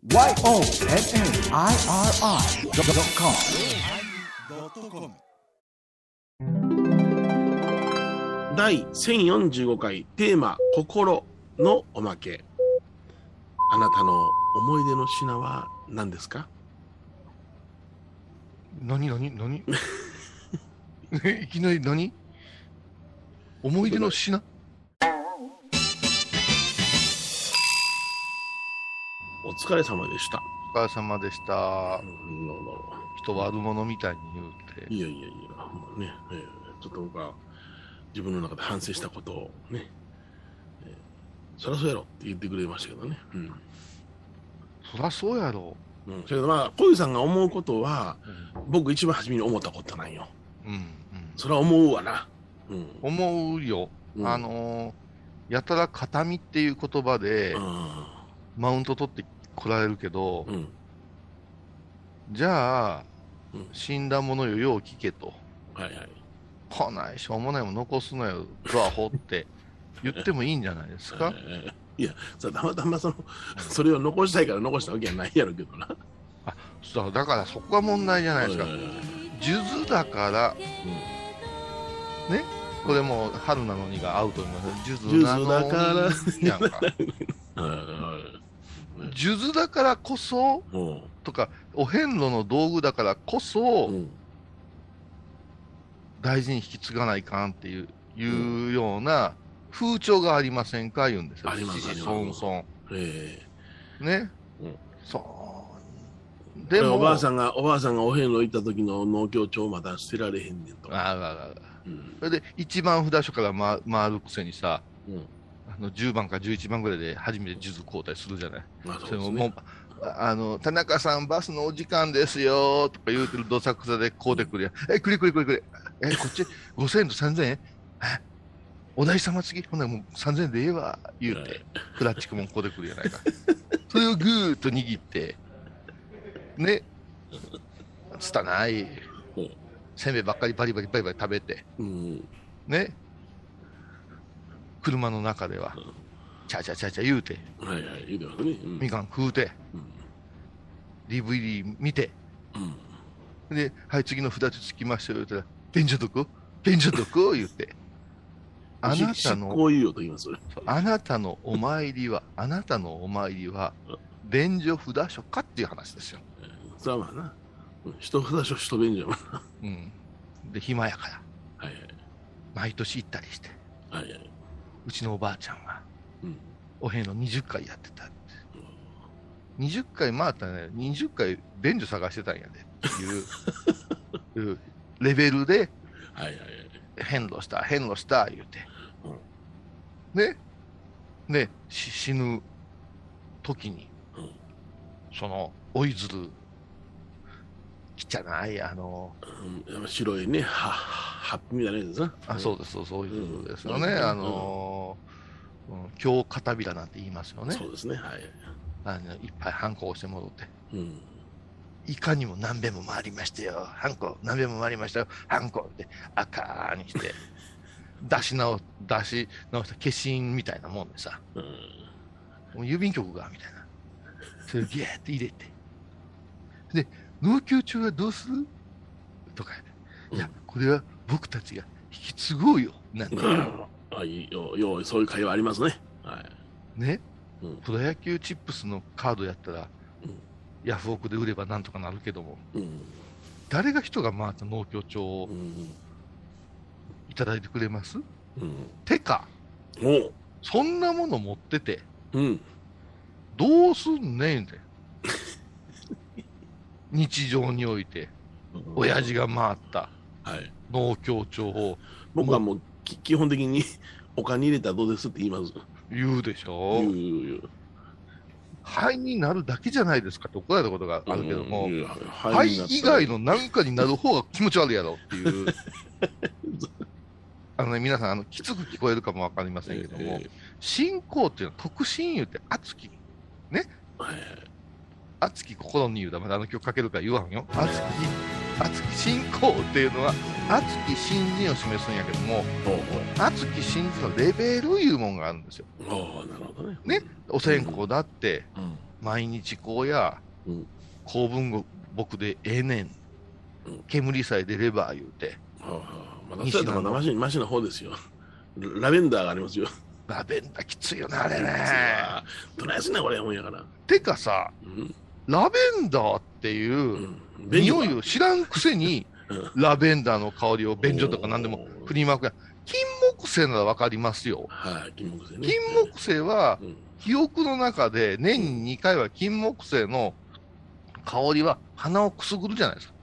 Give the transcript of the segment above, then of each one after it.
YONNIRI.com 第1045回テーマ心のおまけ。あなたの思い出の品は何ですか？ 何いきなり何？思い出の品？ お疲れ様でした。 お疲れ様でした。 人悪者みたいに言うて。 いや、もうね、ちょっと僕は自分の中で反省したことをね、そりゃそうやろって言ってくれましたけどね。 そりゃそうやろ。 それでまあ小遊さんが思うことは、僕一番初めに思ったことなんよ。それは思うわな。 思うよ。やたら形見っていう言葉でマウント取ってこられるけど、じゃあ、死んだ者よよう聞けと。こないしょうもないも残すのよ、ドア掘って言ってもいいんじゃないですか。 いや、たまたまそれを残したいから残したわけじゃないやろうけどな。 だからそこが問題じゃないですか。数珠だから、ね、これも春なのにがアウトになる。数珠なのにやんか。数珠だからこそとか、お遍路の道具だからこそ、大事に引き継がないかんっていうような風潮がありませんか言うんですよ。 あります。 ね。でもおばあさんがお遍路行った時の農協帳まだ捨てられへんねんとか。 それで1番札所から回るくせにさ、10番か11番ぐらいで初めて数珠交代するじゃない。それももう田中さんバスのお時間ですよとか言うてるどさくさでこうでくるやん。くれこっち5000円と3000円お大師様次ほんならもう3000円でええわ言うて、プラスチックもこうでくるやないか。それをぐーっと握ってね、つたないせんべいばっかりバリバリ食べて、ね、車の中ではチャチャ言うて、みかん食うて、DVD 見て、で、はい、次の札つきましたよ言うたら、便所どこ言うて、あなたのお参りは便所札所かっていう話ですよ。 そうまあな。人札所人便所やな。 で、暇やから、毎年行ったりして、うちのおばあちゃんは、お遍路20回やってたって。20回回ったらね、20回便所探してたんやでっていうレベルで、遍路した言うて、ね、死ぬ時に、そのおいずるきちゃない白いねハッピーみたいなやつですな。 そうです、そういうことですよね。京片びらなんて言いますよね。 そうですね。いっぱいハンコを押して戻って、いかにも何べんも回りましたよ、ハンコ何べんも回りましたよ、ハンコって赤にして出し直した消印みたいなもんでさ、もう郵便局がみたいな、それをギューって入れて、で農協中はどうするとか、いやこれは僕たちが引き継ごうよなんてそういう会話ありますね。 ね、プロ野球チップスのカードやったら、ヤフオクで売ればなんとかなるけども、誰が人が回った農協帳をいただいてくれます？てか、そんなもの持ってて、どうすんねんって日常において、親父が回った農協帳を、 僕はもう基本的にお金入れたらどうですって言います。 言うでしょ。肺になるだけじゃないですかって怒られたことがあるけども、肺以外の何かになる方が気持ち悪いやろっていう皆さんきつく聞こえるかもわかりませんけども、信仰っていうのは特進言うて熱きね、熱き心に言うだ、まだ曲かけるから言わんよ。熱き信仰っていうのは熱き信心を示すんやけども、熱き信心のレベルいうもんがあるんですよ。 なるほどね。 ね、お線香だって、 毎日こうや、公文木でええねん、煙さえ出れば言うて。 まだそうやったらまだマシな方ですよ。ラベンダーがありますよ。 ラベンダーきついよね、あれね。 どないすんねん、これ、ほんやから。 てかさ、ラベンダーっていう匂いを知らんくせに、ラベンダーの香りを便所とか何でも振りまくやん。金木犀ならわかりますよ。 はい、金木犀ね。 金木犀は、記憶の中で年に2回は金木犀の香りは鼻をくすぐるじゃないですか。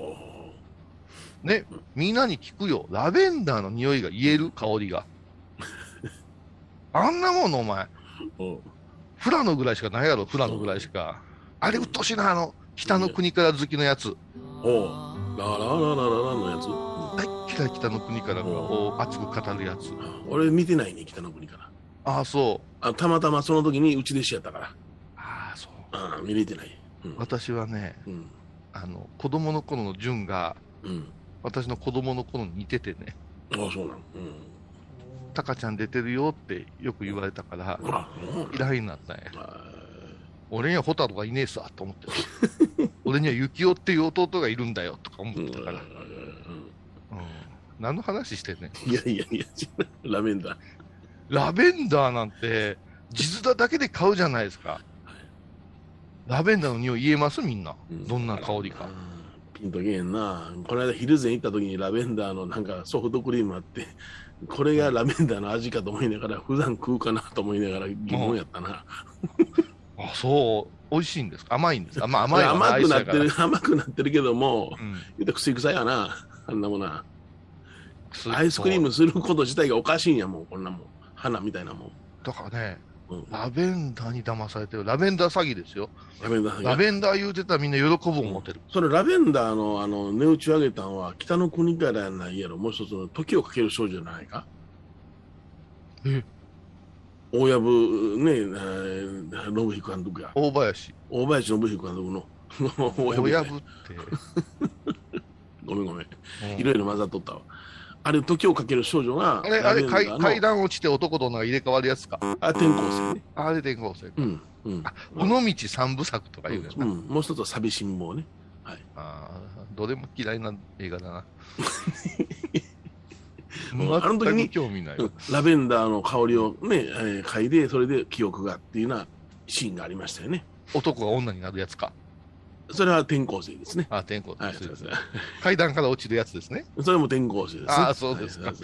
ね、みんなに聞くよ。ラベンダーの匂いが言える香りが。あんなものお前、フラノぐらいしかないやろ、フラノぐらいしか。あれうっとしいな、北の国から好きのやつ。 ララララララのやつ。 大嫌い北の国からを熱く語るやつ。 俺見てないね、北の国から。 ああ、そう。 たまたまその時にうち弟子やったから。 ああ、そう。 見れてない。 私はね、子供の頃の純が、私の子供の頃に似ててね。 ああ、そうなの。 タカちゃん出てるよってよく言われたから、嫌いになったんや。俺にはホタルがいねえさと思って俺にはユキオっていう弟がいるんだよとか思ってたから。何の話してんねん。 いや、ラベンダー。 ラベンダーなんて、地面だけで買うじゃないですか。ラベンダーの匂い言えますみんな。どんな香りか。 ピンとけえんな。この間ヒルゼン行った時にラベンダーのなんかソフトクリームあって、これがラベンダーの味かと思いながら、普段食うかなと思いながら疑問やったな。 あ、そう。美味しいんですか？甘いんですか？甘くなってるけども、言うたら癖臭いやな。あんなもんな。アイスクリームすること自体がおかしいんやもん、こんなもん。花みたいなもん。 だからね、ラベンダーに騙されてる。ラベンダー詐欺ですよ。ラベンダー言うてたらみんな喜ぶ思ってる。 それラベンダーの値打ちを上げたのは北の国からやないやろ。もう一つの時をかける少女じゃないか。大藪ね、信彦監督や。大林信彦監督の。 大藪って。 ごめん。いろいろ混ざっとったわ。あれ、時をかける少女が。 あれ、階段落ちて男と女が入れ替わるやつか。 転校生ね。 あれ転校生。尾道三部作とか言うやつな。 もう一つは寂しん坊ね。はい。 どれも嫌いな映画だな。 あの時に興味ない。 ラベンダーの香りをね、嗅いで、それで記憶がっていうようなシーンがありましたよね。 男が女になるやつか。 それは転校生ですね。 転校生です。階段から落ちるやつですね。 それも転校生ですね。 そうですか。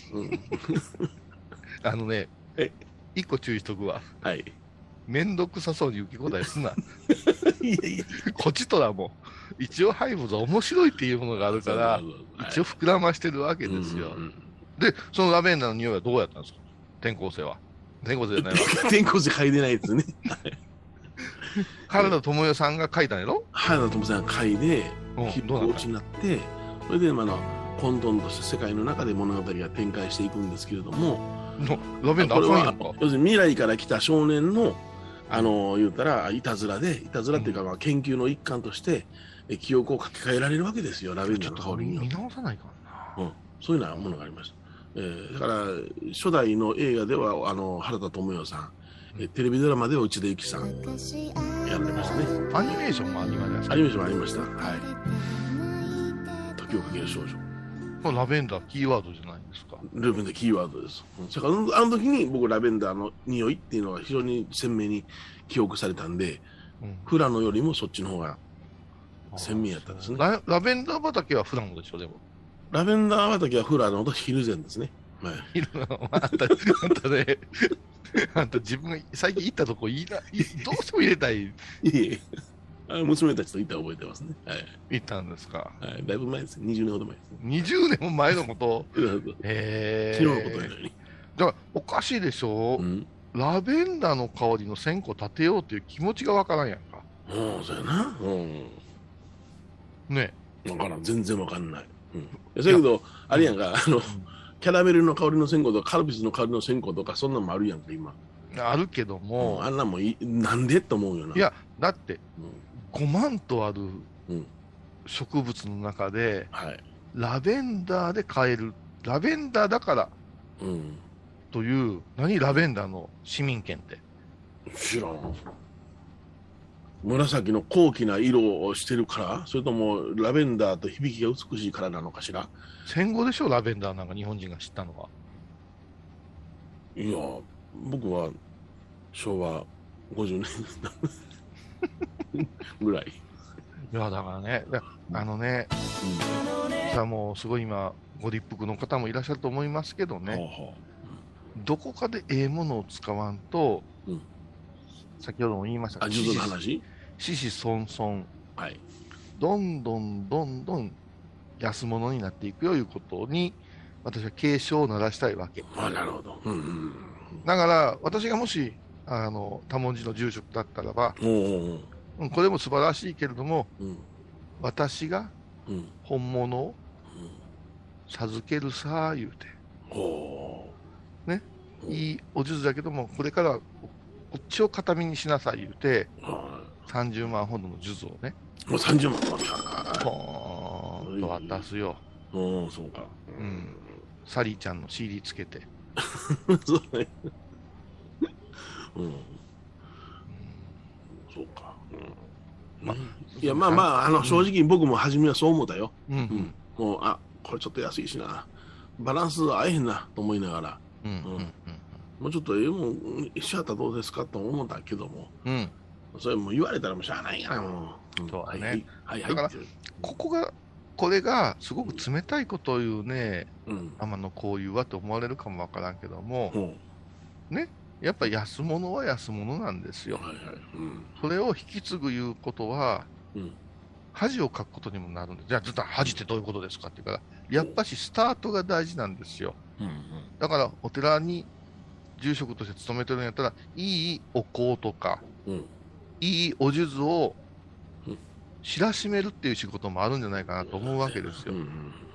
一個注意しとくわ。 はい。 めんどくさそうに受け答えすな。こっちとらも一応ハイボーズは面白いっていうものがあるから、一応膨らましてるわけですよ。で、そのラベンダーの匂いはどうやったんですか？転校生は。転校生じゃないわ。 転校生嗅いでないですね。 原田知世さんが書いたんやろ？ 原田知世さんが書いて、ヒップ落ちになって、それで混沌とした世界の中で物語が展開していくんですけれども、 ラベンダーあかんやんか。 要するに未来から来た少年の、言うたら、いたずらっていうか、研究の一環として、記憶を書き換えられるわけですよ、ラベンダーの香りに。 見直さないかな。 そういうようなものがありました。だから、初代の映画では、原田知世さん、テレビドラマでは内田有紀さんやられましたね。 アニメーションもありました。 アニメーションもありました。はい。時をかける少女。 ラベンダーキーワードじゃないですか。 ラベンダーキーワードです。だからあの時に僕ラベンダーの匂いっていうのが非常に鮮明に記憶されたんで、フラノよりもそっちの方が鮮明やったんですね。 ラベンダー畑はフラノでしょ、でも。 ラベンダー畑はフラノとヒルゼンですね。 あんたね、あんた自分が最近行ったとこどうしても入れたい。 娘たちと行った覚えてますね。 行ったんですか。 だいぶ前です。20年ほど前です。 20年も前のこと。 昨日のことやのに。 だからおかしいでしょ。ラベンダーの香りの線香立てようっていう気持ちがわからんやんか。 そうやな。 ね。 わからん。全然わかんない。だけど、あれやんか、キャラメルの香りの線香とかカルピスの香りの線香とかそんなのもあるやんか今あるけども、 あんなもなんでと思うよな。 いやだって、5万とある植物の中で、ラベンダーで買えるラベンダーだから、という何ラベンダーの市民権って知らん。 紫の高貴な色をしてるから、それともラベンダーと響きが美しいからなのかしら。 戦後でしょ、ラベンダーなんか日本人が知ったのは。 いや、僕は昭和50年ぐらい。 いや、だからね、さあもうすごい今、ご立腹の方もいらっしゃると思いますけどね、どこかでええものを使わんと、先ほども言いましたが、 数珠の話、 子々孫々、どんどん安物になっていくよいうことに、私は警鐘を鳴らしたいわけ。 なるほど。 だから、私がもし、多文字の住職だったらば、これも素晴らしいけれども、私が本物を授けるさ言うて、ね、いいお数珠だけども、これからはこっちを形見にしなさい言うて、30万ほどの数珠をね、 もう30万ポーンと渡すよ。 そうか。 サリーちゃんの CD つけて。 そうね。そうか。いや、正直僕も初めはそう思ったよ。もう、これちょっと安いしな。バランス合えへんなと思いながら。もうちょっともん一緒やったらどうですかと思ったけども。それも言われたらもうしゃあないからもう。 そうね。だから、これがすごく冷たいことを言うね、天野こういうわと思われるかもわからんけども、ね、やっぱ安物は安物なんですよ。それを引き継ぐいうことは、恥をかくことにもなるんです。じゃあ、ずっと恥ってどういうことですかって言うから、やっぱしスタートが大事なんですよ。だから、お寺に住職として勤めてるんやったら、いいお香とか、いいお数珠を知らしめるっていう仕事もあるんじゃないかなと思うわけですよ。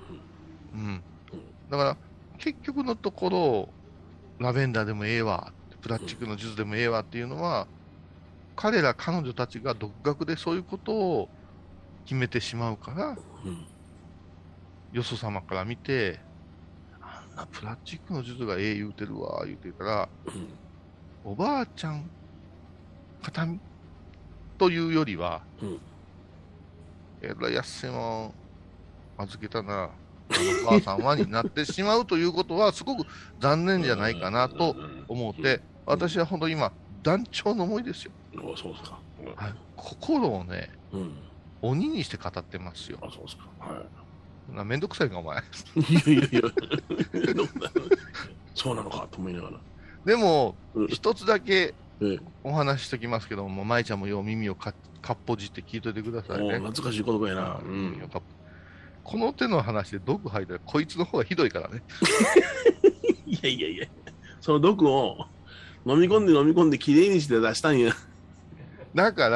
だから、結局のところ、ラベンダーでもええわ、プラスチックの数珠でもええわっていうのは、彼女たちが独学でそういうことを決めてしまうから、よそ様から見て、あんなプラスチックの数珠がええ言うてるわ、言うてたら、おばあちゃん、形見というよりは、えらい安いもん預けたな、お母さんはになってしまうということは、すごく残念じゃないかなと思って、私は本当に今、断腸の思いですよ。 そうですか。 心をね、鬼にして語ってますよ。 そうですか。 めんどくさいか、お前。 いや、そうなのかと思いながら。 でも、一つだけお話ししておきますけども、舞ちゃんもよう耳をかっぽじって聞いといてくださいね。 懐かしい言葉やな。 この手の話で毒吐いたら、こいつの方がひどいからね。 いや、その毒を飲み込んできれいにして出したんや。 だから、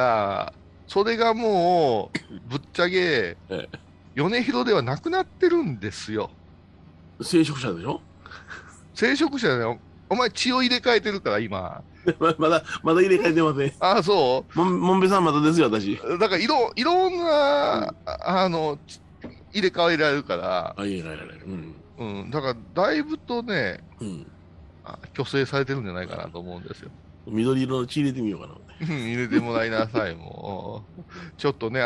それがもう、ぶっちゃけ、米広ではなくなってるんですよ。 聖職者でしょ？ 聖職者だよ。お前血を入れ替えてるから、今。 まだ入れ替えてません。 ああ、そうもんべさんまだですよ、私。 だからいろんな、入れ替えられるから。 入れ替えられる。 だから、だいぶとね、虚勢されてるんじゃないかなと思うんですよ。 緑色の血入れてみようかな。 入れてもらいなさい、もう。ちょっとね、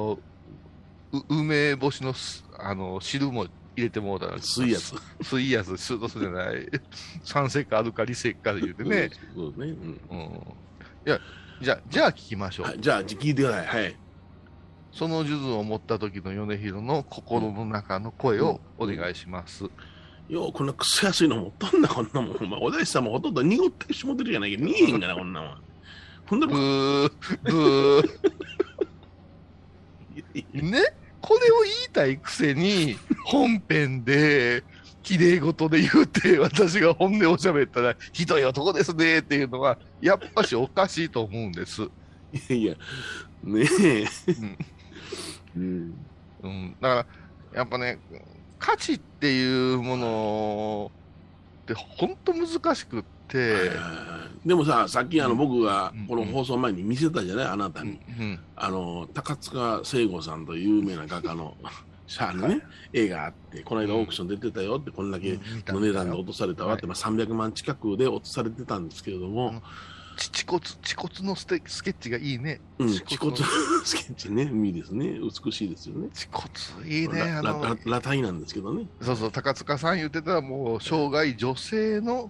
梅干しの、汁も入れてもらったら。 水いやつ。 水いやつ、そうじゃない。酸石かアルカリ石か言うてね。 そうね。 いや、じゃあ聞きましょう。 じゃあ聞いてください。はい。 その数珠を持った時の米広の心の中の声をお願いします。 よう、こんなクソ安いの持っとんな、こんなもん。お大師さんもほとんど濁ってしもってるじゃないけど、見えへんがな、こんなもん。ほんでも。ブー。 ね、これを言いたいくせに、本編で、綺麗事で言うて、私が本音を喋ったら、ひどい男ですねっていうのは、やっぱしおかしいと思うんです。 いや、ねえ。 だから、やっぱね、価値っていうものって本当難しくって。 でもさっき僕がこの放送前に見せたじゃない、あなたに。高塚聖吾さんという有名な画家のね、絵があって、この間オークション出てたよって、こんだけの値段で落とされたわって、300万近くで落とされてたんですけれども、 恥骨のスケッチがいいね。 恥骨スケッチね、いいですね。美しいですよね。 恥骨いいね。 裸体なんですけどね。 そうそう、高塚さん言ってたらもう生涯女性の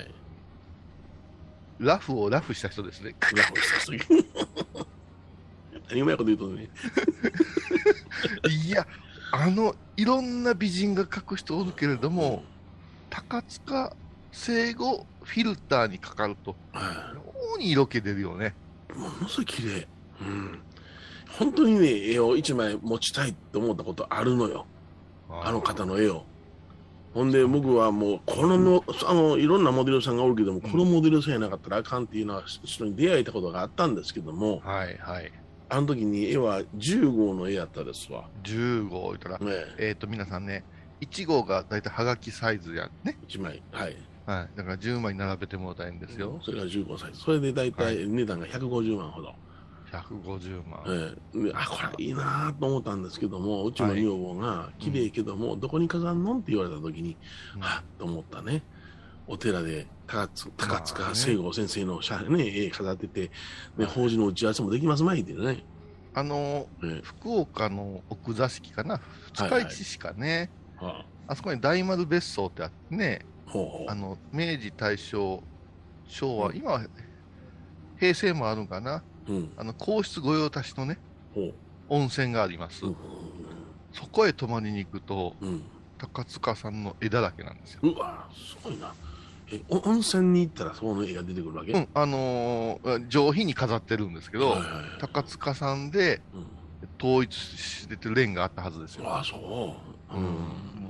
ラフをラフした人ですね。 ラフした人。何うまいこと言うとね。 いや、いろんな美人が描く人おるけれども、高塚生後フィルターにかかると、妙に色気出るよね。 ものすごい綺麗。本当にね、絵を一枚持ちたいと思ったことあるのよ。あの方の絵を。ほんで、僕はもう、いろんなモデルさんがおるけども、このモデルさんやなかったらあかんっていうのは人に出会えたことがあったんですけども、あの時に絵は10号の絵やったですわ。 10号言ったら、皆さんね、1号がだいたいはがきサイズやね。 1枚。はい。 だから10枚並べてもらいたいんですよ。 それが15サイズ。それでだいたい値段が150万ほど。 150万。 これいいなと思ったんですけども、うちの女房が綺麗けども、どこに飾んのって言われた時に、はっと思ったね。お寺で高塚聖吾先生の絵飾ってて、法事の打ち合わせもできますまいってね。 福岡の奥座敷かな、二日市しかね、あそこに大丸別荘ってあってね、明治、大正、昭和、今は平成もあるんかな、皇室御用達のね、温泉があります。そこへ泊まりに行くと、高塚さんの絵だらけなんですよ。 うわ、すごいな。温泉に行ったらその絵が出てくるわけ？ 上品に飾ってるんですけど、高塚さんで統一しててるレンがあったはずですよ。 そう。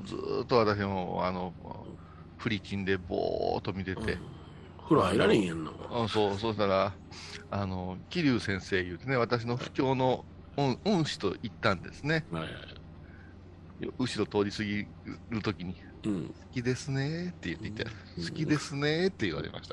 ずーっと私もフリチンでぼーっと見てて、 風呂入られんやんの。 そうしたら桐生先生言うてね、私の不況の恩師と行ったんですね。後ろ通り過ぎるときに、好きですねって言っていて、好きですねって言われました。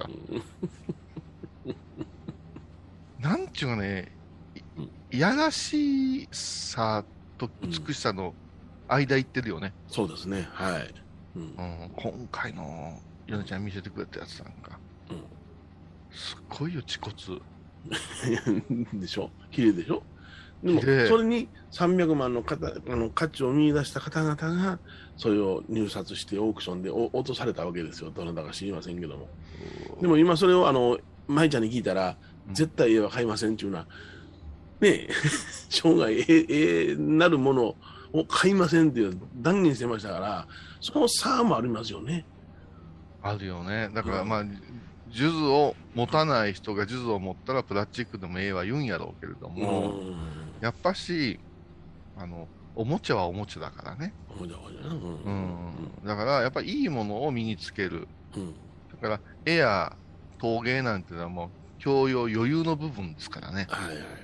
なんちゅうかね、いやらしさと美しさの間行ってるよね。 そうですね、はい。 今回のヨネちゃん見せてくれたやつなんか、すっごいよ、恥骨。 でしょ、綺麗でしょ。でもそれに300万の価値を見出した方々がそれを入札してオークションで落とされたわけですよ。どなたか知りませんけども。でも今それを舞ちゃんに聞いたら、絶対絵は買いませんっていうのはねえ生涯なるものを買いませんっていう断言してましたから、その差もありますよね。 あるよね。だから数珠を持たない人が数珠を持ったらプラスチックでもええは言うんやろうけれども、やっぱしおもちゃはおもちゃだからね。だからやっぱりいいものを身につける。だから絵や陶芸なんていうのはもう教養余裕の部分ですからね。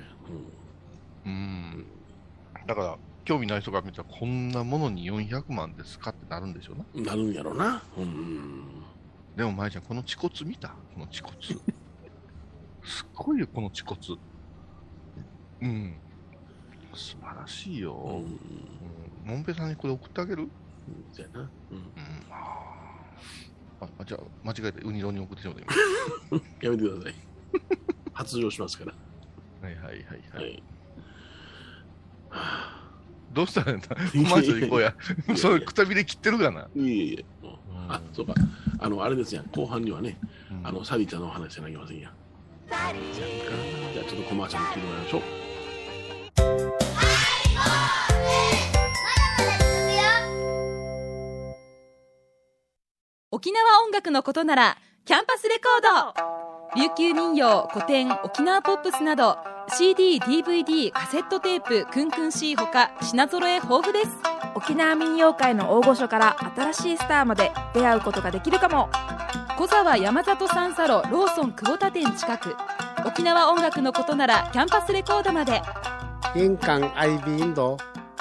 だから興味ない人が見たらこんなものに400万ですかってなるんでしょうな。 なるんやろうな。 でも舞ちゃん、この恥骨見た？この恥骨すっごいよ、この恥骨。素晴らしいよ。もんぺさんにこれ送ってあげる？ そうやな。 じゃあ間違えてウニロに送ってしまった。 やめてください。発情しますから。 はい。どうしたらいいんだ。コマーシャル行こうや。それくたびれ切ってるかな。 いえ。そうか。あれですやん。後半にはね、サリーちゃんのお話しなきゃいけませんやん。じゃあちょっとコマーシャル聞いてもらいましょう。 沖縄音楽のことならキャンパスレコード。琉球民謡、古典、沖縄ポップスなど CD、DVD、カセットテープ、クンクン C ほか品揃え豊富です。 沖縄民謡界の大御所から新しいスターまで出会うことができるかも。小沢山里三佐路ローソン久保田店近く。沖縄音楽のことならキャンパスレコードまで。 玄関アイビーンド。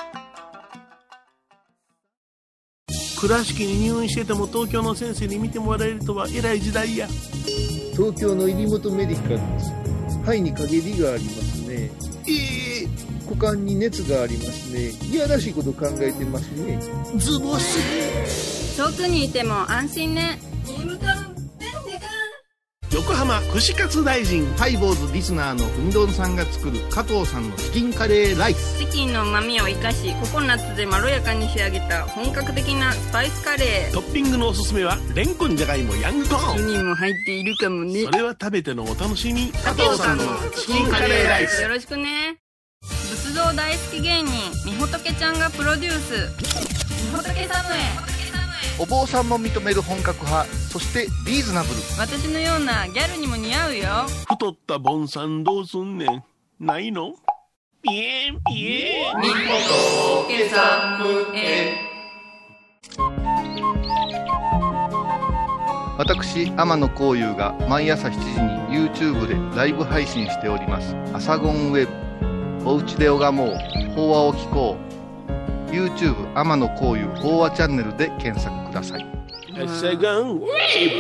倉敷に入院してても東京の先生に見てもらえるとは偉い時代や。 東京の入本メディカルです。肺に陰りがありますね。股間に熱がありますね。いやらしいこと考えてますね。 ズボス。 遠くにいても安心ね。 横浜様串カツ大臣。 ハイボーズリスナーのうみどんさんが作る加藤さんのチキンカレーライス。 チキンの旨味を生かしココナッツでまろやかに仕上げた本格的なスパイスカレー。 トッピングのおすすめはレンコン、じゃがいも、ヤングコーン。 1人も入っているかもね。 それは食べてのお楽しみ。 加藤さんのチキンカレーライス。 よろしくね。仏像大好き芸人みほとけちゃんがプロデュース、みほとけサムエ。 お坊さんも認める本格派、そしてリーズナブル。 私のようなギャルにも似合うよ。 太ったボンさんどうすんねん。ないの？ピエンピエン。 みほとけサムエ。 私天野幸雄が毎朝7時に YouTube でライブ配信しておりますアサゴンウェブ。おうちで拝もう、法話を聞こう。 YouTube 天野幸雄法話チャンネルで検索ください。 アサゴンウェブ。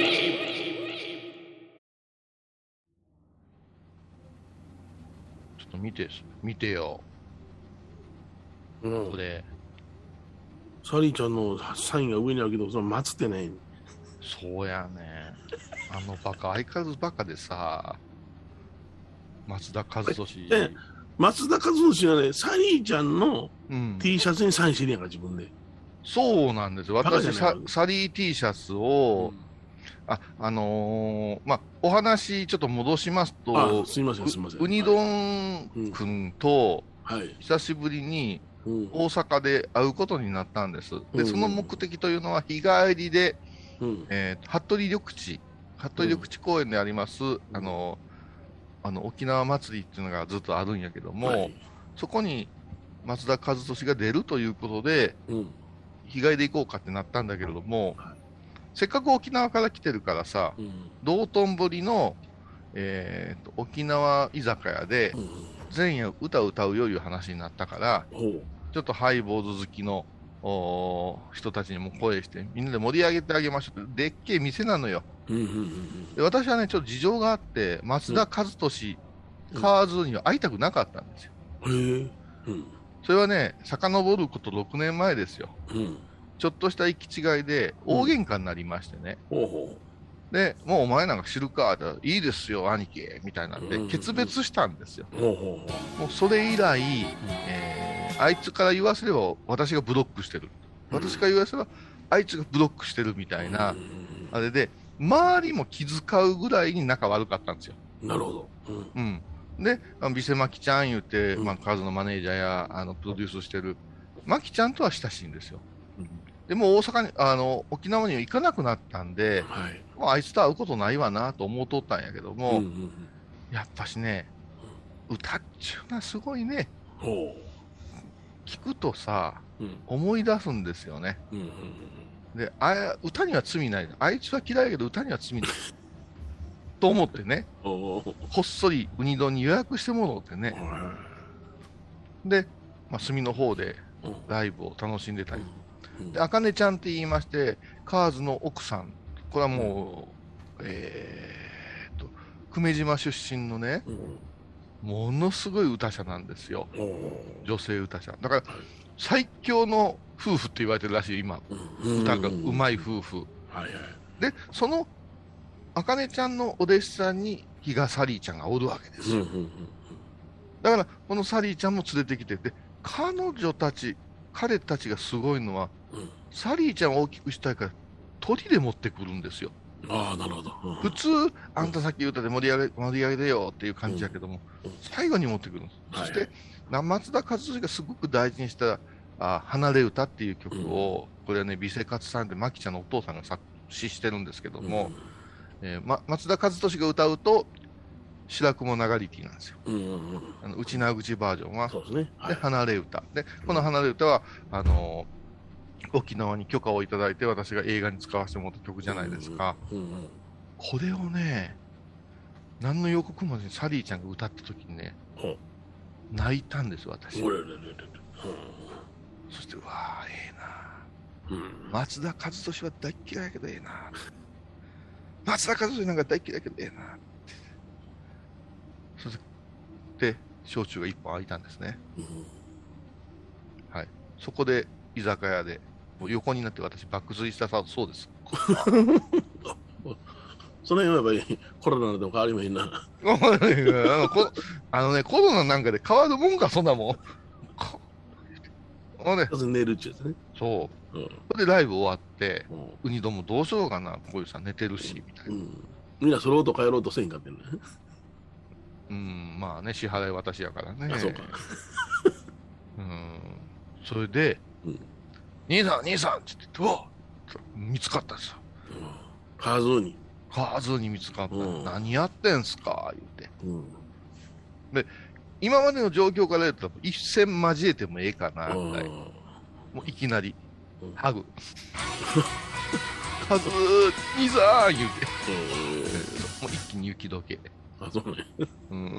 ちょっと見てよ、これ。 サリーちゃんのサインが上にあるけど、その松ってない。 そうやね。あのバカ、相変わらずバカでさ、松田和俊。 松田和俊はね、サリーちゃんの T シャツにサインしてるやんか、自分で。 そうなんですよ。私サリー T シャツを、お話ちょっと戻しますと、 すいませんすいません。 うにどんくんと久しぶりに大阪で会うことになったんです。で、その目的というのは日帰りで、服部緑地公園であります、沖縄祭りっていうのがずっとあるんやけども、そこに松田和俊が出るということで、日帰りで行こうかってなったんだけれども、せっかく沖縄から来てるからさ、道頓堀の、沖縄居酒屋で前夜歌を歌うよいう話になったから、ちょっとハイボーズ好きの人たちにも声してみんなで盛り上げてあげましょうって。でっけえ店なのよ。で、私はね、ちょっと事情があって松田和俊、カーズには会いたくなかったんですよ。それはね、遡ること6年前ですよ。ちょっとした行き違いで大喧嘩になりましてね。で、もうお前なんか知るかって、いいですよ兄貴みたいなんで決別したんですよ。もうそれ以来、あいつから言わせれば私がブロックしてる、私から言わせればあいつがブロックしてるみたいな、あれで周りも気遣うぐらいに仲悪かったんですよ。 なるほど。 で、ビセマキちゃん言って、カズのマネージャーやプロデュースしてるマキちゃんとは親しいんですよ。でも大阪に沖縄には行かなくなったんで、もうあいつと会うことないわなと思うとったんやけども、やっぱしね、歌っちゅうのはすごいね。聞くとさ、思い出すんですよね。で、歌には罪ない。あいつは嫌いだけど歌には罪ないと思ってね、こっそりウニ丼に予約してもらおうってね。で、隅の方でライブを楽しんでたり。で、あかねちゃんって言いまして、カーズの奥さん、これはもう、久米島出身のね、ものすごい歌者なんですよ。女性歌者。だから、最強の夫婦って言われてるらしい、今。歌がうまい夫婦。で、その、あかねちゃんのお弟子さんに、比嘉サリーちゃんがおるわけですよ。だから、このサリーちゃんも連れてきて、で、彼たちがすごいのは、サリーちゃんを大きくしたいから、鳥で持ってくるんですよ。 なるほど。 普通、あんたさっき歌で盛り上げてよっていう感じだけども、最後に持ってくるんです。そして、松田和俊がすごく大事にした離れ歌っていう曲を、これはね、美生活さんでマキちゃんのお父さんが作詞してるんですけども、松田和俊が歌うと、白雲ナリティなんですよ。内縄口バージョンは。で、離れ歌。で、この離れ歌は、沖縄に許可をいただいて、私が映画に使わせてもらった曲じゃないですか。これをね、何の予告もなしにサリーちゃんが歌った時にね、泣いたんです、私。そして、うわー、ええな。松田和俊は大嫌いやけどええな。松田和俊なんか大嫌いやけどええな。そして、焼酎が一本開いたんですね。はい。そこで、居酒屋で、もう横になって私、爆睡したそうです。 その辺はやっぱりコロナでも変わりまへんな。 コロナなんかで変わるもんか、そんなもん。 寝るっちゅうやつね。 そう。それでライブ終わって、ウニ丼もどうしようかな、こういうさ、寝てるし、みたいな。 みんな揃うと帰ろうとせんかってんね。 まあね、支払い私やからね。 あ、そうか。 それで、兄さんって言って、うわ見つかったんですよ。 カーズに見つかった。何やってんすか言うて。で、今までの状況から言うと、一戦交えてもええかな、ぐらい。もういきなり、ハグ。カズ兄さん言うて。もう一気に雪解け。 あ、そうね。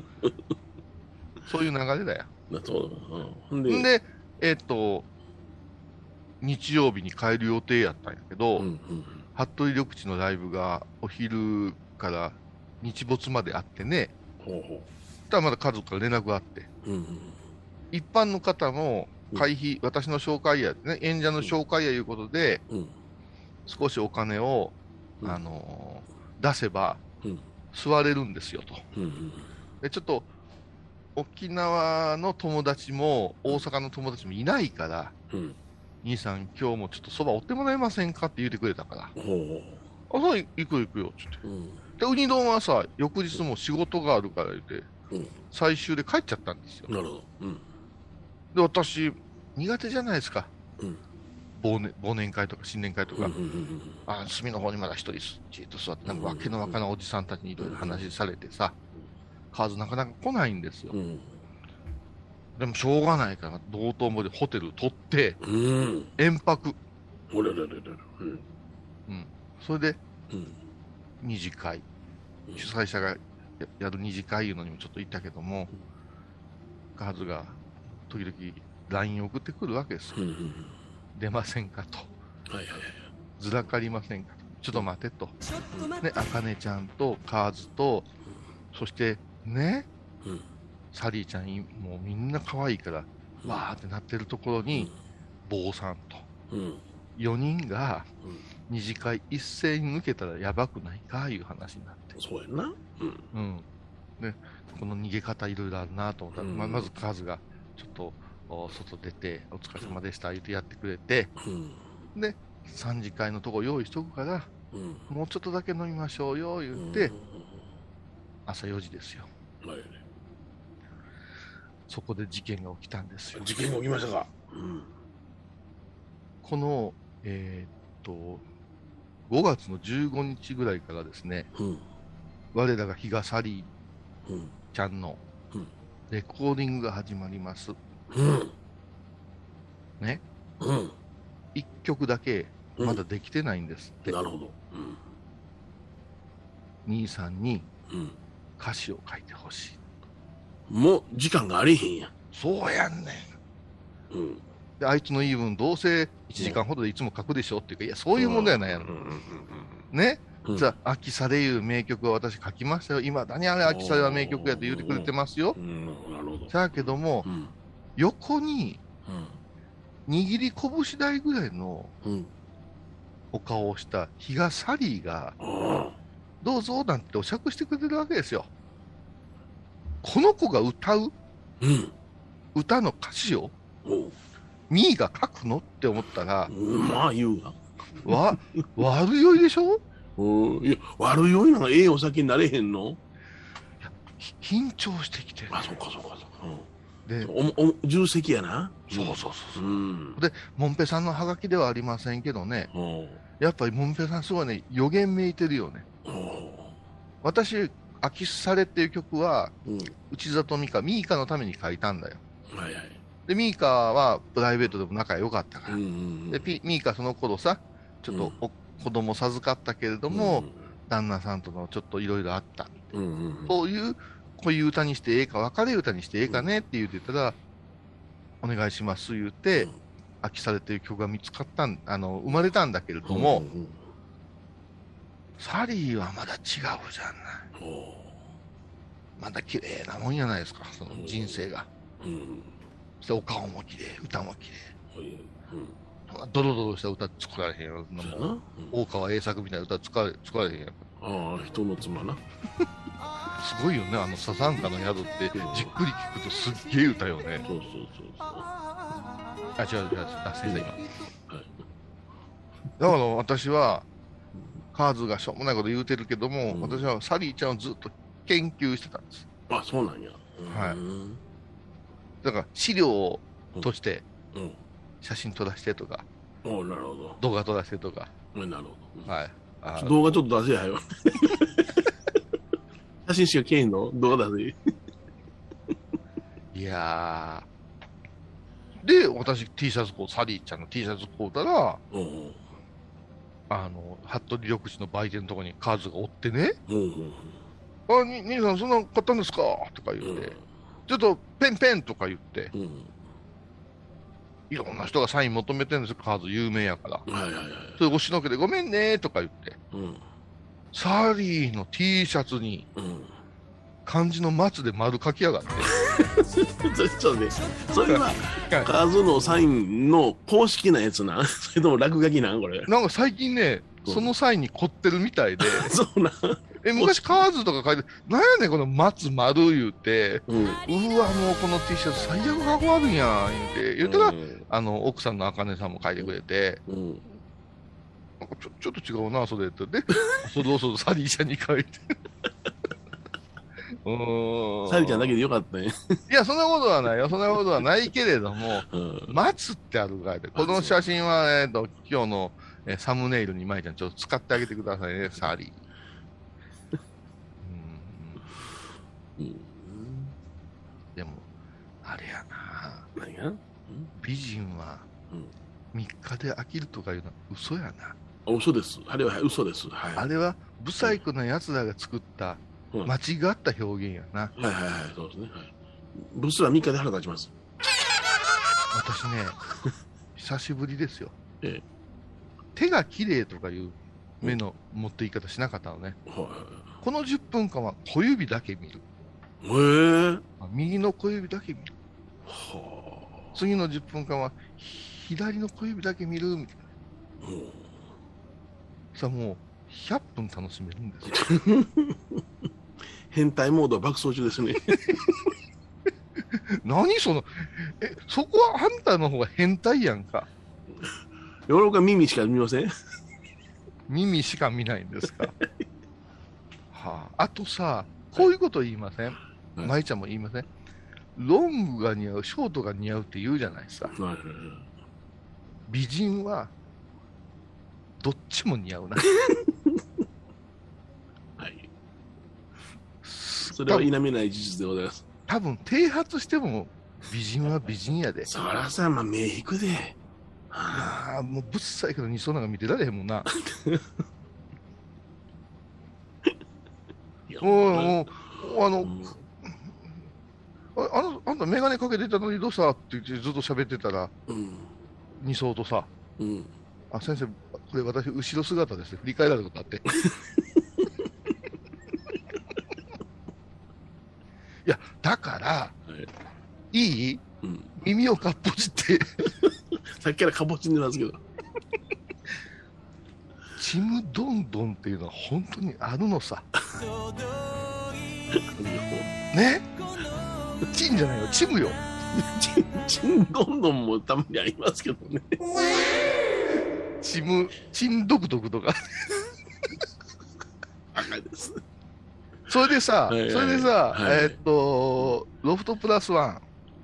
そういう流れだよ。 そうで、日曜日に帰る予定やったんやけど、服部緑地のライブがお昼から日没まであってね、ただまだ家族から連絡があって、一般の方の会費、私の紹介や、ね、演者の紹介やいうことで、少しお金を、出せば、座れるんですよと。でちょっと沖縄の友達も大阪の友達もいないから、兄さん今日もちょっとそば追ってもらえませんかって言ってくれたから、あ、そう、行くよっつって、でウニ丼はさ、翌日も仕事があるから言って、最終で帰っちゃったんですよ。 なるほど。 で私苦手じゃないですか、忘年会とか新年会とか、隅の方にまだ一人じっと座って、なんかわけのわからんおじさんたちにいろいろ話されてさ、カーズなかなか来ないんですよ。でもしょうがないから道東までホテル取って、延泊。それで、二次会、主催者がやる二次会いうのにもちょっと行ったけども、カーズが時々 LINE 送ってくるわけですよ。出ませんかと。ずらかりませんかと。ちょっと待てと。ね、あかねちゃんとカーズと、そしてね、サリーちゃん、もうみんな可愛いから、わーってなってるところに、坊さんと、4人が二次会一斉に抜けたらやばくないかいう話になって。 そうやな。 で、この逃げ方いろいろあるなと思ったら、まずカーズがちょっと外出て、お疲れ様でした言ってやってくれて、で、3次会のとこ用意しとくから、もうちょっとだけ飲みましょうよ言って、朝4時ですよ。そこで事件が起きたんですよ。 事件が起きましたか。 この、5月の15日ぐらいからですね、我らが比嘉サリーちゃんのレコーディングが始まります。ね。1曲だけまだできてないんですって。 なるほど。 兄さんに歌詞を書いてほしい。 もう時間がありへんや。 そうやんねん。であいつの言い分どうせ1時間ほどでいつも書くでしょっていうか、いやそういうものやないやろ。ね。じゃあ秋されいう名曲は私書きましたよ。今だにあれ秋されは名曲やって言ってくれてますよ。 なるほど。 だけども、横に握り拳台ぐらいのお顔をした比嘉サリーがどうぞなんてお酌してくれてるわけですよ。この子が歌う、歌の歌詞をミーが書くのって思ったら、 まあ言うが悪酔いでしょ。 いや悪酔いなんかええお酒になれへんの。 緊張してきて、 あ、そうかそうか。 で重責やな。 そう。でもんぺさんのハガキではありませんけどね、やっぱりもんぺさんすごいね、予言めいてるよね。私秋されっていう曲は、内里美香のために書いたんだよ。で美香はプライベートでも仲良かったから、で美香その頃さ、ちょっと子供授かったけれども、旦那さんとのちょっといろいろあった、そういうこういう歌にしてええか、別れ歌にしてええかねって言ってたら、お願いします言って、秋されっていう曲が見つかった生まれたんだけれども、サリーはまだ違うじゃない。まだ綺麗なもんじゃないですか、その人生が。そしてお顔も綺麗、歌も綺麗。ドロドロした歌作られへんよ。大川栄作みたいな歌作られへんやん。 ああ、人の妻な。 すごいよね、サザンカの宿ってじっくり聞くとすっげえ歌よね。 そうそうそうそう。 あ、違う、先生今。はい、だから私は、カーズがしょうもないこと言うてるけども、私はサリーちゃんをずっと研究してたんです。 あ、そうなんや。 はい。だから資料として写真撮らせてとか、 なるほど。 動画撮らせてとか。 なるほど。 はい。 動画ちょっと出せやよ。写真しかけえんの？動画出せ。 いやー。で、私 T シャツサリーちゃんの T シャツ買うたら、服部緑地の売店のとこにカーズがおってね、兄さんそんなの買ったんですかとか言って、ちょっとペンペンとか言って、いろんな人がサイン求めてるんですよ、カーズ有名やから。それ押しのけでごめんねとか言って、サリーの T シャツに、漢字の松で丸書きやがって。 ちょっとね、それはカーズのサインの公式なやつな、それとも落書きなんこれ。 なんか最近ね、そのサインに凝ってるみたいで。 そうなん。 昔カーズとか書いて、なんやねんこの松丸言うて、うわもうこの T シャツ最悪かっこ悪いやん言うたら、奥さんのあかねさんも書いてくれて、なんかちょっと違うなそれってで、そろサリーちゃんに書いて。 サリちゃんだけでよかったね。 いや、そんなことはないよ。そんなことはないけれども、松ってあるからで、この写真は、今日のサムネイルに舞ちゃんちょっと使ってあげてくださいね、サリー。でも、あれやな。 何が？ 美人は3日で飽きるとかいうのは嘘やな。 嘘です。あれは嘘です。 あれは、ブサイクな奴らが作った、間違った表現やな。 そうですね。ブスは3日で腹立ちます。 私ね、久しぶりですよ。手が綺麗とかいう目の持っていき方しなかったのね。この10分間は小指だけ見る。右の小指だけ見る。次の10分間は左の小指だけ見るみたいな。さあもう100分楽しめるんですよ。 変態モードは爆走中ですね。 何その、そこはあんたの方が変態やんか。 俺は耳しか見ません。 耳しか見ないんですか。あとさ、こういうこと言いません？舞ちゃんも言いません？ロングが似合う、ショートが似合うって言うじゃないですか。美人はどっちも似合うな。 それは否めない事実でございます。 多分剃髪しても美人は美人やで。 そらさ、目引くで。 もうぶっさいけど二層なんか見てられへんもんな。あんた眼鏡かけてたのにどうしたって言ってずっと喋ってたら、二層とさ、先生、これ私後ろ姿ですね。振り返られることあって。いや、だから、いい？耳をかっぽじって。 さっきからかっぽじんでますけど。 ちむどんどんっていうのは本当にあるのさ。ね？ちんじゃないよ、ちむよ。 ちんどんどんもたまにありますけどね。 ちんどくどくとか。 赤いです。 それでさ、ロフトプラスワン、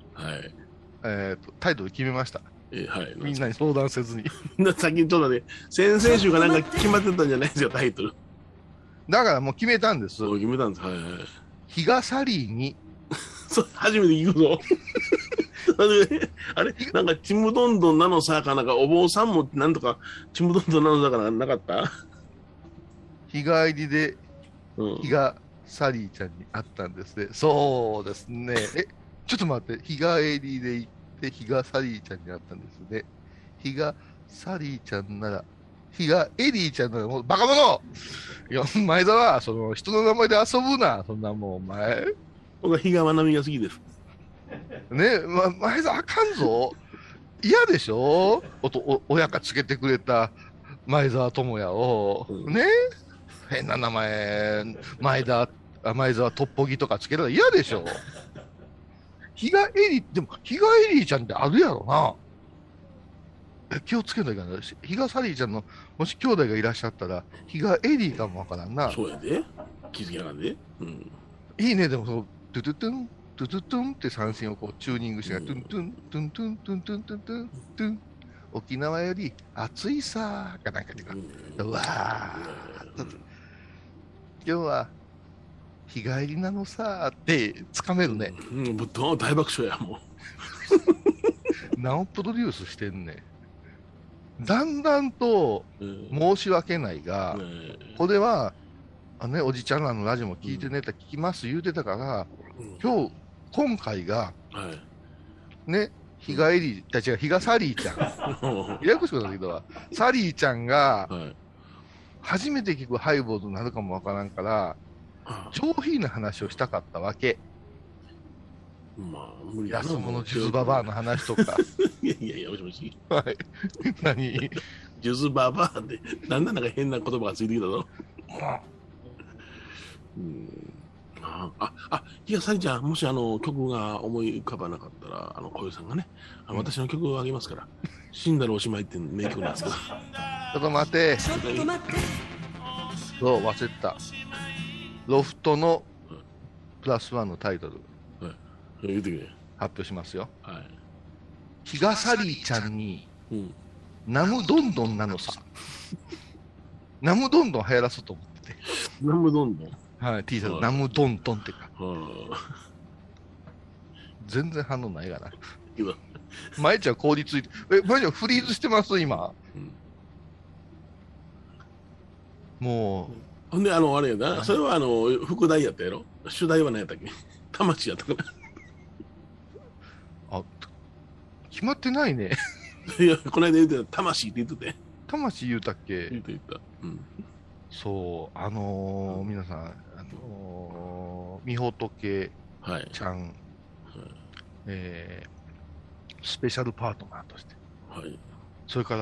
タイトル決めました。みんなに相談せずに。 先にちょっとね、先々週かなんか決まってたんじゃないですか、タイトル。 だからもう決めたんです。 決めたんです。 日がサリーに。 初めて聞くぞ。あれなんかちむどんどんなのさかなんかお坊さんもなんとかちむどんどんなのさかなかった？ 日帰りで日がサリーちゃんに会ったんですね。そうですね。ちょっと待って。日帰りで行って日がサリーちゃんに会ったんですね。日がサリーちゃんなら、日がエリーちゃんなら、もうバカ者！いや、前田は、その人の名前で遊ぶな。そんなもん、お前。 僕は日が学びが好きです。 ね、前田あかんぞ。嫌でしょ？親がつけてくれた前澤智也を。ね？ 変な名前、前澤トッポギとかつけるの嫌でしょ。日帰り、でも日帰りちゃんってあるやろな。気をつけないかな。日がサリーちゃんのもし兄弟がいらっしゃったら日帰りかもわからんな。 そうやで。気づきながらで。 いいね。でもそのトゥトゥトゥントゥトゥトゥンって三振をこうチューニングして、トゥントゥントゥントゥントゥントゥントゥントゥントゥン、沖縄より暑いさーかなんかでか、うわー、今日は日帰りなのさーってつかめるね。 大爆笑やもう。 何をプロデュースしてんねん。だんだんと申し訳ないが、これはおじちゃんらのラジオも聞いてね、聞きます言うてたから、今回が、ね、日帰り、日がサリーちゃん。ややこしくなるけど、サリーちゃんが、初めて聞くハイボーズになるかもわからんから、上品な話をしたかったわけ。 まあ、無理だな。 安物ジュズババアの話とか。 いや、もしもし。 はい。何ジュズババアで、なんか変な言葉がついてきたぞ。日がサリーちゃん、もし曲が思い浮かばなかったら、小遊さんがね、私の曲をあげますから、死んだらおしまいって名曲なんですけど。 ちょっと待て。そう、忘れてた。ロフトのプラスワンのタイトル。 言ってくれ。 発表しますよ。 はい。 日がサリーちゃんに、ナムドンドンなのさ。ナムドンドン流行らそうと思ってて。 ナムドンドンはい、T シャツ、ナムドンドンってか。全然反応ないがな。毎日は凍りついて、毎日はフリーズしてます今。もう。ほんで、あれやな、それは副題やったやろ。主題は何やったっけ。魂やったかな。 決まってないね。 いや、この間言ってた、魂って言ってて。 魂言うたっけ。 言った。 そう、皆さん、みほとけちゃん、スペシャルパートナーとして、それから、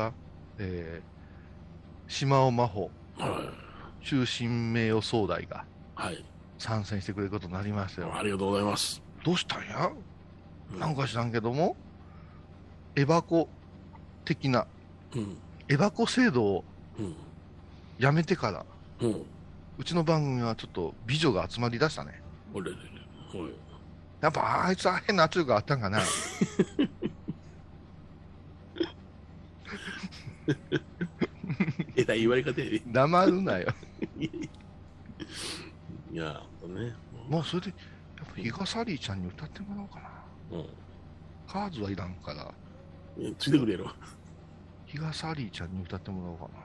島尾真帆、終身名誉総代が参戦してくれることになりましたよ。 ありがとうございます。 どうしたんや、なんか知らんけども、エバコ的な、エバコ制度をやめてから、うちの番組はちょっと美女が集まりだしたね。やっぱあいつは変な圧力があったんかな。 えらい言われ方やで。 黙るなよ。 いや、ね。 もうそれで、やっぱ日がサリーちゃんに歌ってもらおうかな。カーズはいらんから。 ついてくれやろ。 日がサリーちゃんに歌ってもらおうかな。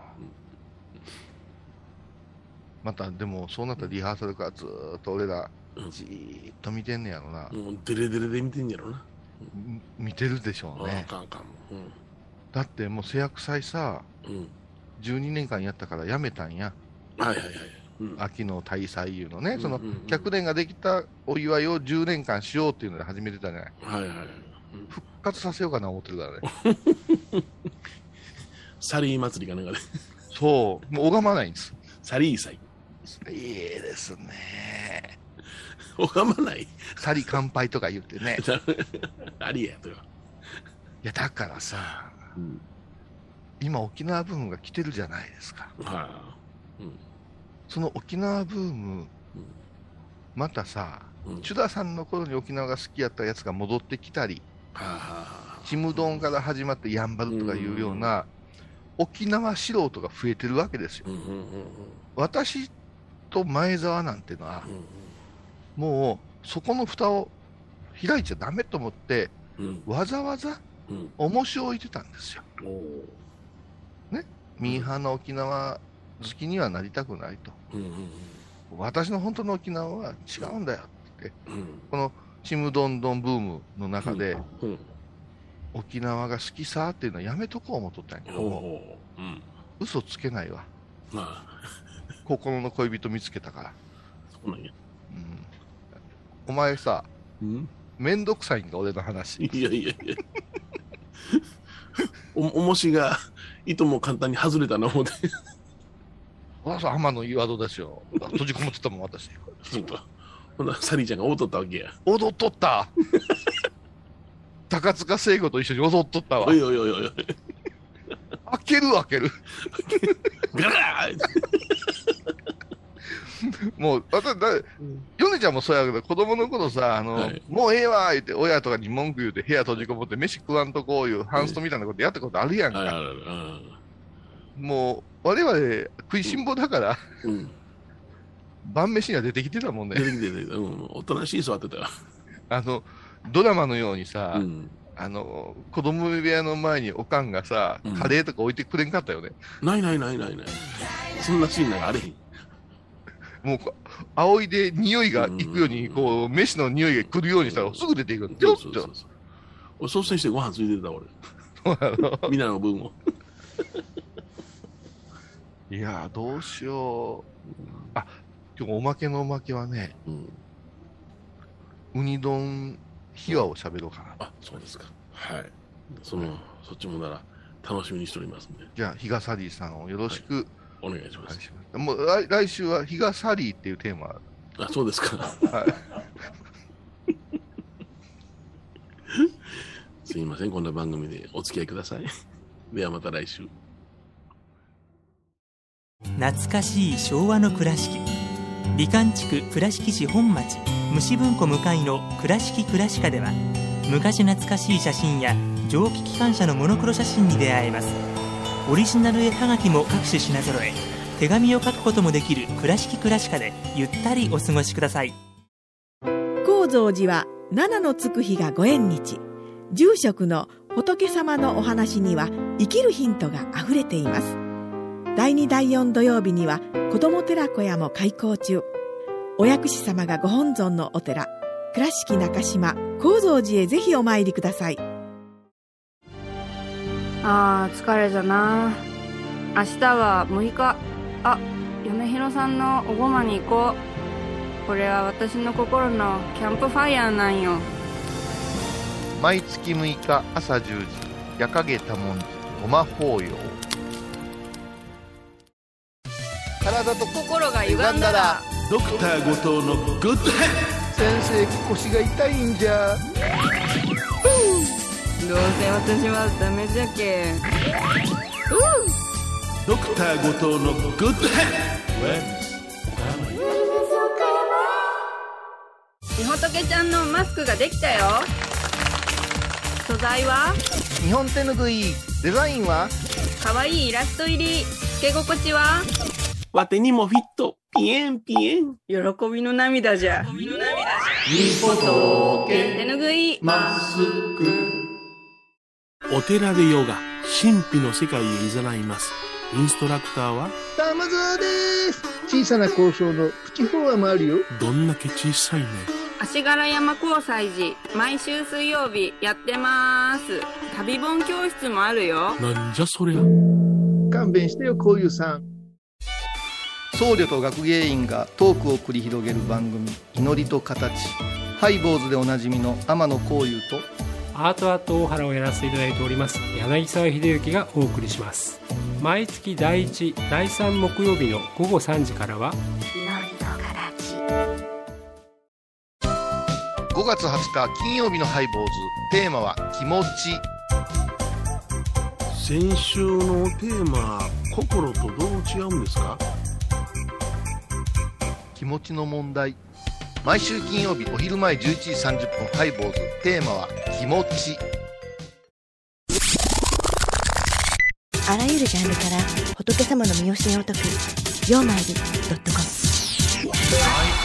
またでもそうなったらリハーサルからずーっと俺らじーっと見てんねやろな。 デレデレで見てんやろな。 見てるでしょうね。だってもう製薬祭さ、12年間やったからやめたんや。秋の大祭いうのね、その100年ができたお祝いを10年間しようっていうので始めてたじゃない。復活させようかな思ってるからね。 サリー祭りかなんかで。 そう、もう拝まないんです。 サリー祭。 いいですね。 拝まない。 サリ乾杯とか言ってね。 ありやとか。いやだからさ、今沖縄ブームが来てるじゃないですか。その沖縄ブーム、またさ、チュダさんの頃に沖縄が好きやったやつが戻ってきたり、ちむどんから始まってやんばるとかいうような沖縄素人が増えてるわけですよ。私と前澤なんてのは、もうそこの蓋を開いちゃダメと思って、わざわざ重しを置いてたんですよ。ね、ミーハーな沖縄好きにはなりたくないと。私の本当の沖縄は違うんだよって、このちむどんどんブームの中で、沖縄が好きさっていうのはやめとこう思っとったんやけど、嘘つけないわ。心の恋人見つけたから。お前さ、めんどくさいんか俺の話。 いやおもしがいとも簡単に外れたな思って。 浜の岩戸ですよ。閉じこもってたもん、私。 ほな、サリーちゃんが踊っとったわけや。 踊っとった高塚聖子と一緒に踊っとったわ。 おいおいおいおい。 開ける。 ガラーもう、ヨネちゃんもそうやけど、子供の頃さ、もうええわ言って、親とかに文句言うて部屋閉じこもって飯食わんとこういうハンストみたいなことやったことあるやんか。もう、我々食いしん坊だから、晩飯には出てきてたもんね。 出てきてた。おとなしい座ってたよ。 ドラマのようにさ、子供部屋の前におかんがさ、カレーとか置いてくれんかったよね。 ない。そんなシーンなんかあれへん。 もう、仰いで匂いが行くように、こう、飯の匂いが来るようにしたらすぐ出ていく。 そう。俺、率先してご飯ついてた、俺。みんなの分を。 いやー、どうしよう。今日おまけのおまけはね、ウニ丼秘話を喋ろうかな。 そうですか。はい。そっちもなら楽しみにしておりますんで。 じゃあ、比嘉サリーさんをよろしく、 お願いします。 もう来週は比嘉サリーっていうテーマ。 そうですか。 はい。 すいません、こんな番組でお付き合いください。ではまた来週。 懐かしい昭和の倉敷、美観地区倉敷市本町虫文庫向かいの倉敷倉歯科では、昔懐かしい写真や蒸気機関車のモノクロ写真に出会えます。オリジナル絵はがきも各種品揃え、手紙を書くこともできる倉敷倉歯科でゆったりお過ごしください。 高蔵寺は七のつく日がご縁日。住職の仏様のお話には生きるヒントがあふれています。第2第4土曜日には子ども寺小屋も開校中。お薬師様がご本尊のお寺、倉敷中島・高蔵寺へぜひお参りください。 疲れじゃな。明日は6日。米広さんのおごまに行こう。これは私の心のキャンプファイヤーなんよ。 毎月6日朝10時、夜影多文字ごま法要。体と心が歪んだらドクター後藤のグッドヘッド。 先生、腰が痛いんじゃ。 どうせ私はダメじゃけ。 ドクター後藤のグッドヘッド。 みほとけちゃんのマスクができたよ。素材は日本手ぬぐい。デザインはかわいいイラスト入り。つけ心地はわてにもフィット。ピエンピエン。 喜びの涙じゃ。 みほとけ手ぬぐいマスク。お寺でヨガ、神秘の世界へ誘います。インストラクターは玉沢です。小さな交渉のプチフォアもあるよ。 どんだけ小さいね。 足柄山交際時、毎週水曜日やってます。旅本教室もあるよ。 なんじゃそりゃ。 勘弁してよ、こういうさん。 僧侶と学芸員がトークを繰り広げる番組、祈りと形。ハイボーズでおなじみの天野幸雄とアート大原をやらせていただいております柳沢秀幸がお送りします。毎月第1、第3木曜日の午後3時からは祈りと形。 5月20日金曜日のハイボーズ、テーマは気持ち。 先週のテーマ、心とどう違うんですか？ 気持ちの問題。毎週金曜日お昼前11時30分ハイボーズ、テーマは気持ち。 あらゆるジャンルから仏様の身教えを解く曜マイル.com。